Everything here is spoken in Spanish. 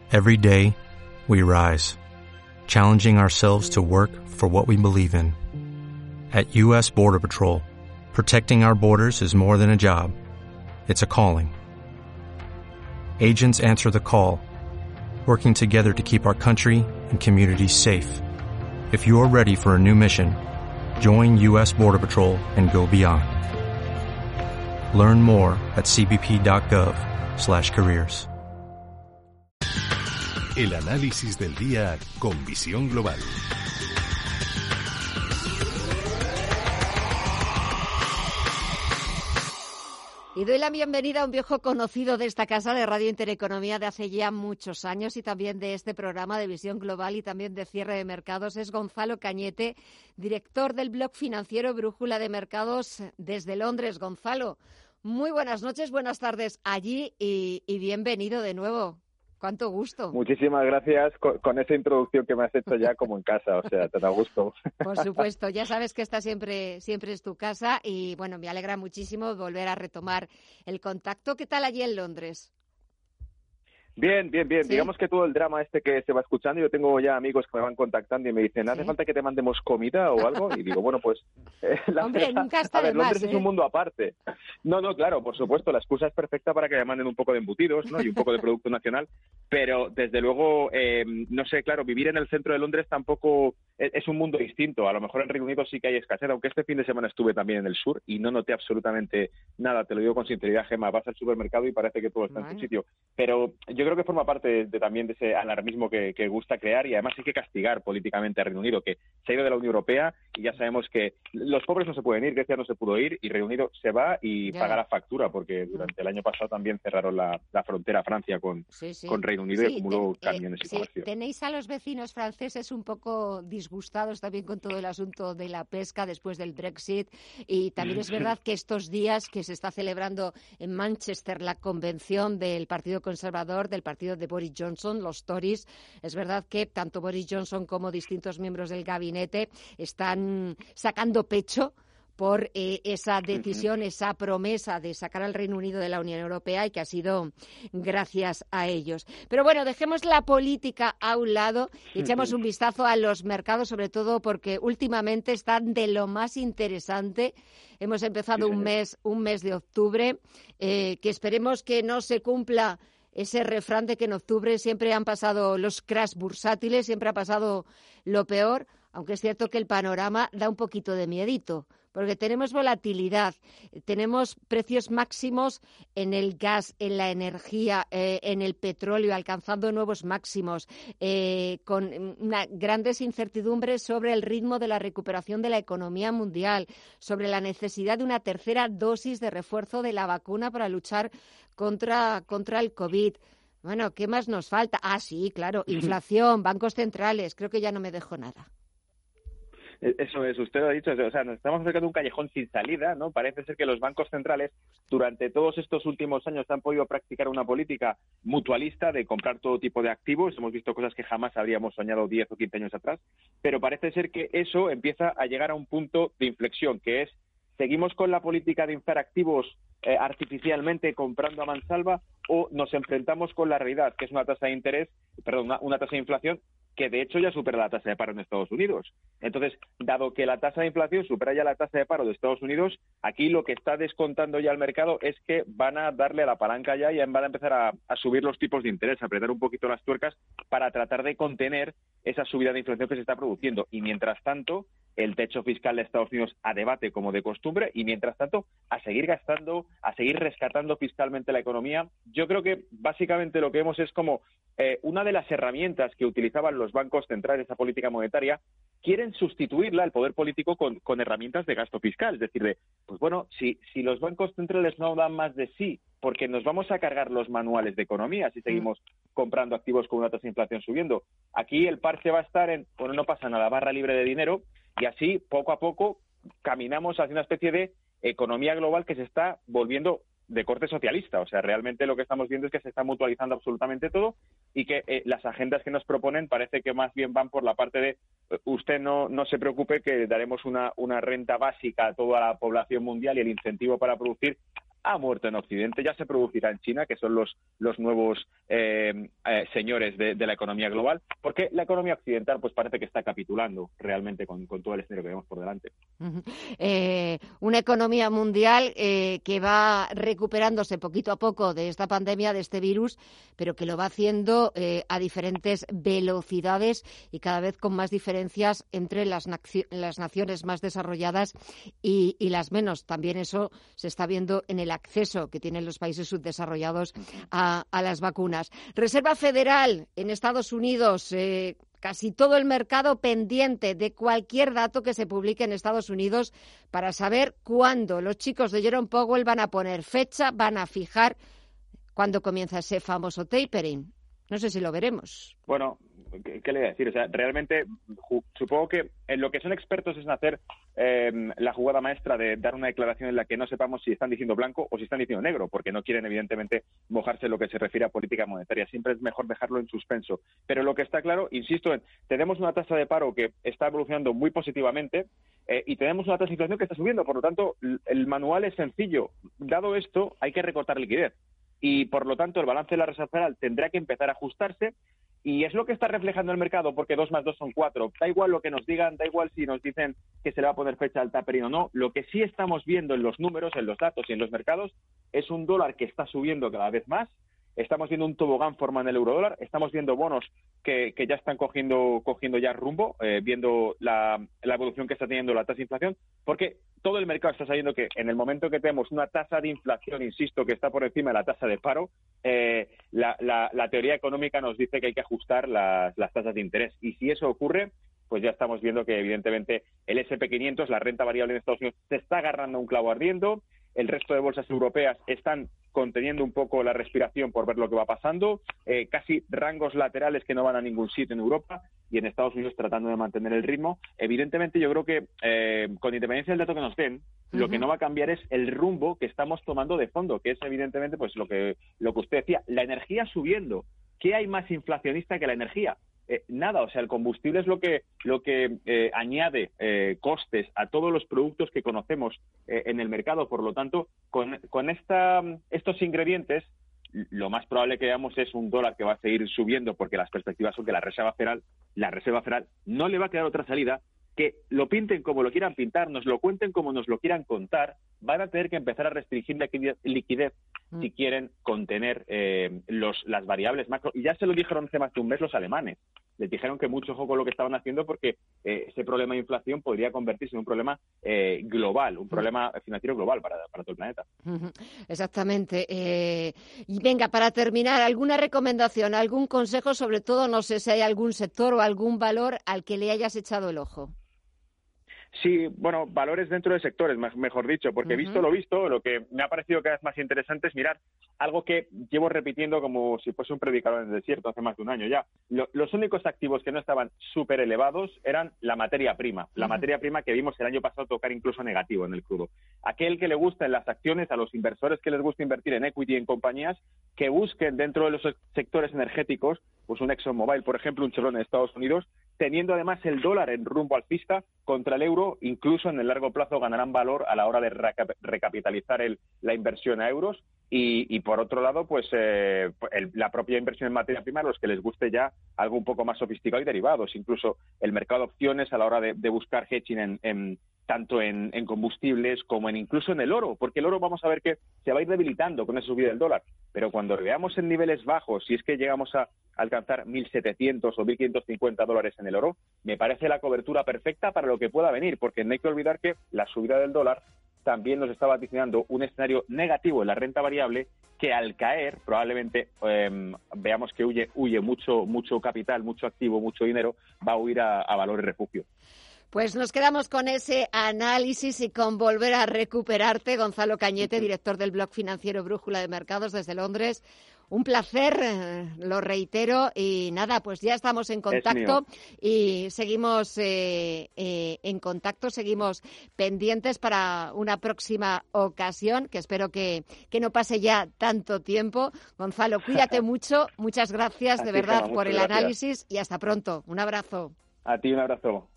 Every day, we rise, challenging ourselves to work for what we believe in. At U.S. Border Patrol, protecting our borders is more than a job. It's a calling. Agents answer the call, working together to keep our country and communities safe. If you're ready for a new mission, join U.S. Border Patrol and go beyond. Learn more at cbp.gov/careers. El análisis del día con visión global. Y doy la bienvenida a un viejo conocido de esta casa de Radio Intereconomía de hace ya muchos años y también de este programa de Visión Global y también de Cierre de Mercados. Es Gonzalo Cañete, director del blog financiero Brújula de Mercados desde Londres. Gonzalo, muy buenas noches, buenas tardes allí y bienvenido de nuevo. ¡Cuánto gusto! Muchísimas gracias con esa introducción que me has hecho ya como en casa, o sea, te da gusto. Por supuesto, ya sabes que esta siempre es tu casa y, bueno, me alegra muchísimo volver a retomar el contacto. ¿Qué tal allí en Londres? Bien. ¿Sí? Digamos que todo el drama que se va escuchando, yo tengo ya amigos que me van contactando y me dicen, ¿hace falta que te mandemos comida o algo? Y digo, bueno, pues... Hombre, nunca está de Londres más, es un mundo aparte. No, claro, por supuesto, la excusa es perfecta para que me manden un poco de embutidos, ¿no? Y un poco de producto nacional, pero desde luego, no sé, claro, vivir en el centro de Londres tampoco es un mundo distinto. A lo mejor en Reino Unido sí que hay escasez, aunque este fin de semana estuve también en el sur y no noté absolutamente nada, te lo digo con sinceridad, Gemma, vas al supermercado y parece que todo está en su sitio. Pero yo creo que forma parte también de ese alarmismo que gusta crear y además hay que castigar políticamente a Reino Unido, que se ha ido de la Unión Europea y ya sabemos que los pobres no se pueden ir, Grecia no se pudo ir y Reino Unido se va y paga la factura porque durante el año pasado también cerraron la frontera a Francia con Reino Unido y acumuló camiones y comercio. Tenéis a los vecinos franceses un poco disgustados también con todo el asunto de la pesca después del Brexit y también es verdad que estos días que se está celebrando en Manchester la convención del Partido Conservador, del partido de Boris Johnson, los Tories, es verdad que tanto Boris Johnson como distintos miembros del gabinete están sacando pecho por esa decisión, esa promesa de sacar al Reino Unido de la Unión Europea y que ha sido gracias a ellos. Pero bueno, dejemos la política a un lado y echemos un vistazo a los mercados, sobre todo porque últimamente están de lo más interesante. Hemos empezado un mes de octubre, que esperemos que no se cumpla ese refrán de que en octubre siempre han pasado los crash bursátiles, siempre ha pasado lo peor, aunque es cierto que el panorama da un poquito de miedito, porque tenemos volatilidad, tenemos precios máximos en el gas, en la energía, en el petróleo, alcanzando nuevos máximos, con grandes incertidumbres sobre el ritmo de la recuperación de la economía mundial, sobre la necesidad de una tercera dosis de refuerzo de la vacuna para luchar contra el COVID. Bueno, ¿qué más nos falta? Sí, claro, inflación, bancos centrales, creo que ya no me dejo nada. Eso es, usted lo ha dicho, o sea, nos estamos acercando a un callejón sin salida, ¿no? Parece ser que los bancos centrales durante todos estos últimos años han podido practicar una política mutualista de comprar todo tipo de activos, hemos visto cosas que jamás habríamos soñado 10 o 15 años atrás, pero parece ser que eso empieza a llegar a un punto de inflexión, que es, ¿seguimos con la política de inflar activos artificialmente comprando a mansalva o nos enfrentamos con la realidad, que es una tasa de interés, una tasa de inflación que de hecho ya supera la tasa de paro en Estados Unidos? Entonces, dado que la tasa de inflación supera ya la tasa de paro de Estados Unidos, aquí lo que está descontando ya el mercado es que van a darle a la palanca ya y van a empezar a subir los tipos de interés, a apretar un poquito las tuercas para tratar de contener esa subida de inflación que se está produciendo. Y mientras tanto, el techo fiscal de Estados Unidos a debate como de costumbre y mientras tanto a seguir gastando, a seguir rescatando fiscalmente la economía. Yo creo que básicamente lo que vemos es como una de las herramientas que utilizaban los bancos centrales, esa política monetaria, quieren sustituirla, el poder político, con herramientas de gasto fiscal. Es decir, pues bueno, si los bancos centrales no dan más de sí, porque nos vamos a cargar los manuales de economía si seguimos comprando activos con una tasa de inflación subiendo. Aquí el parche va a estar bueno, no pasa nada, barra libre de dinero, y así, poco a poco, caminamos hacia una especie de economía global que se está volviendo de corte socialista. O sea, realmente lo que estamos viendo es que se está mutualizando absolutamente todo y que las agendas que nos proponen parece que más bien van por la parte de usted no se preocupe que daremos una renta básica a toda la población mundial y el incentivo para producir ha muerto en Occidente, ya se producirá en China, que son los nuevos señores de la economía global, porque la economía occidental pues parece que está capitulando realmente con todo el escenario que vemos por delante. Una economía mundial que va recuperándose poquito a poco de esta pandemia, de este virus, pero que lo va haciendo a diferentes velocidades y cada vez con más diferencias entre las naciones más desarrolladas y las menos. También eso se está viendo en el acceso que tienen los países subdesarrollados a las vacunas. Reserva Federal en Estados Unidos, casi todo el mercado pendiente de cualquier dato que se publique en Estados Unidos para saber cuándo los chicos de Jerome Powell van a poner fecha, van a fijar cuándo comienza ese famoso tapering. No sé si lo veremos. Bueno, ¿qué le voy a decir? O sea, realmente supongo que en lo que son expertos es en hacer la jugada maestra de dar una declaración en la que no sepamos si están diciendo blanco o si están diciendo negro, porque no quieren evidentemente mojarse en lo que se refiere a política monetaria. Siempre es mejor dejarlo en suspenso. Pero lo que está claro, insisto, tenemos una tasa de paro que está evolucionando muy positivamente y tenemos una tasa de inflación que está subiendo. Por lo tanto, el manual es sencillo. Dado esto, hay que recortar liquidez. Y, por lo tanto, el balance de la Reserva Federal tendrá que empezar a ajustarse y es lo que está reflejando el mercado porque 2 más 2 son 4. Da igual lo que nos digan, da igual si nos dicen que se le va a poner fecha al tapering o no. Lo que sí estamos viendo en los números, en los datos y en los mercados es un dólar que está subiendo cada vez más. Estamos viendo un tobogán formando el eurodólar, estamos viendo bonos que ya están cogiendo ya rumbo, viendo la evolución que está teniendo la tasa de inflación, porque todo el mercado está sabiendo que en el momento que tenemos una tasa de inflación, insisto, que está por encima de la tasa de paro, la teoría económica nos dice que hay que ajustar las tasas de interés. Y si eso ocurre, pues ya estamos viendo que evidentemente el S&P 500, la renta variable en Estados Unidos, se está agarrando a un clavo ardiendo. El resto de bolsas europeas están conteniendo un poco la respiración por ver lo que va pasando, casi rangos laterales que no van a ningún sitio en Europa y en Estados Unidos tratando de mantener el ritmo. Evidentemente yo creo que con independencia del dato que nos den, lo que no va a cambiar es el rumbo que estamos tomando de fondo, que es evidentemente pues lo que usted decía, la energía subiendo. ¿Qué hay más inflacionista que la energía? Nada, o sea, el combustible es lo que añade costes a todos los productos que conocemos en el mercado. Por lo tanto, con estos ingredientes, lo más probable que veamos es un dólar que va a seguir subiendo porque las perspectivas son que la Reserva Federal no le va a quedar otra salida, que lo pinten como lo quieran pintar, nos lo cuenten como nos lo quieran contar, van a tener que empezar a restringir la liquidez si quieren contener las variables macro. Y ya se lo dijeron hace más de un mes los alemanes. Les dijeron que mucho ojo con lo que estaban haciendo porque ese problema de inflación podría convertirse en un problema global, un problema financiero global para todo el planeta. Exactamente. Y venga, para terminar, ¿alguna recomendación, algún consejo? Sobre todo, no sé si hay algún sector o algún valor al que le hayas echado el ojo. Sí, bueno, valores dentro de sectores, mejor dicho, porque visto lo visto, lo que me ha parecido cada vez más interesante es mirar algo que llevo repitiendo como si fuese un predicador en el desierto hace más de un año ya. Los únicos activos que no estaban súper elevados eran la materia prima, la materia prima que vimos el año pasado tocar incluso negativo en el crudo. Aquel que le gusta en las acciones, a los inversores que les gusta invertir en equity en compañías, que busquen dentro de los sectores energéticos, pues un ExxonMobil, por ejemplo, un Chevron en Estados Unidos, teniendo además el dólar en rumbo alcista contra el euro, incluso en el largo plazo ganarán valor a la hora de recapitalizar la inversión a euros y por otro lado, pues la propia inversión en materia prima, a los que les guste ya algo un poco más sofisticado y derivados, incluso el mercado de opciones a la hora de buscar hedging tanto en combustibles como incluso en el oro, porque el oro vamos a ver que se va a ir debilitando con esa subida del dólar, pero cuando lo veamos en niveles bajos, si es que llegamos a alcanzar 1.700 o 1.550 dólares en el oro, me parece la cobertura perfecta para lo que pueda venir, porque no hay que olvidar que la subida del dólar también nos está vaticinando un escenario negativo en la renta variable que al caer probablemente veamos que huye mucho capital, mucho activo, mucho dinero, va a huir a valores refugio. Pues nos quedamos con ese análisis y con volver a recuperarte, Gonzalo Cañete, director del blog financiero Brújula de Mercados desde Londres. Un placer, lo reitero, y nada, pues ya estamos en contacto y seguimos en contacto, seguimos pendientes para una próxima ocasión, que espero que no pase ya tanto tiempo. Gonzalo, cuídate mucho, muchas gracias de verdad por el análisis y hasta pronto. Un abrazo. A ti un abrazo.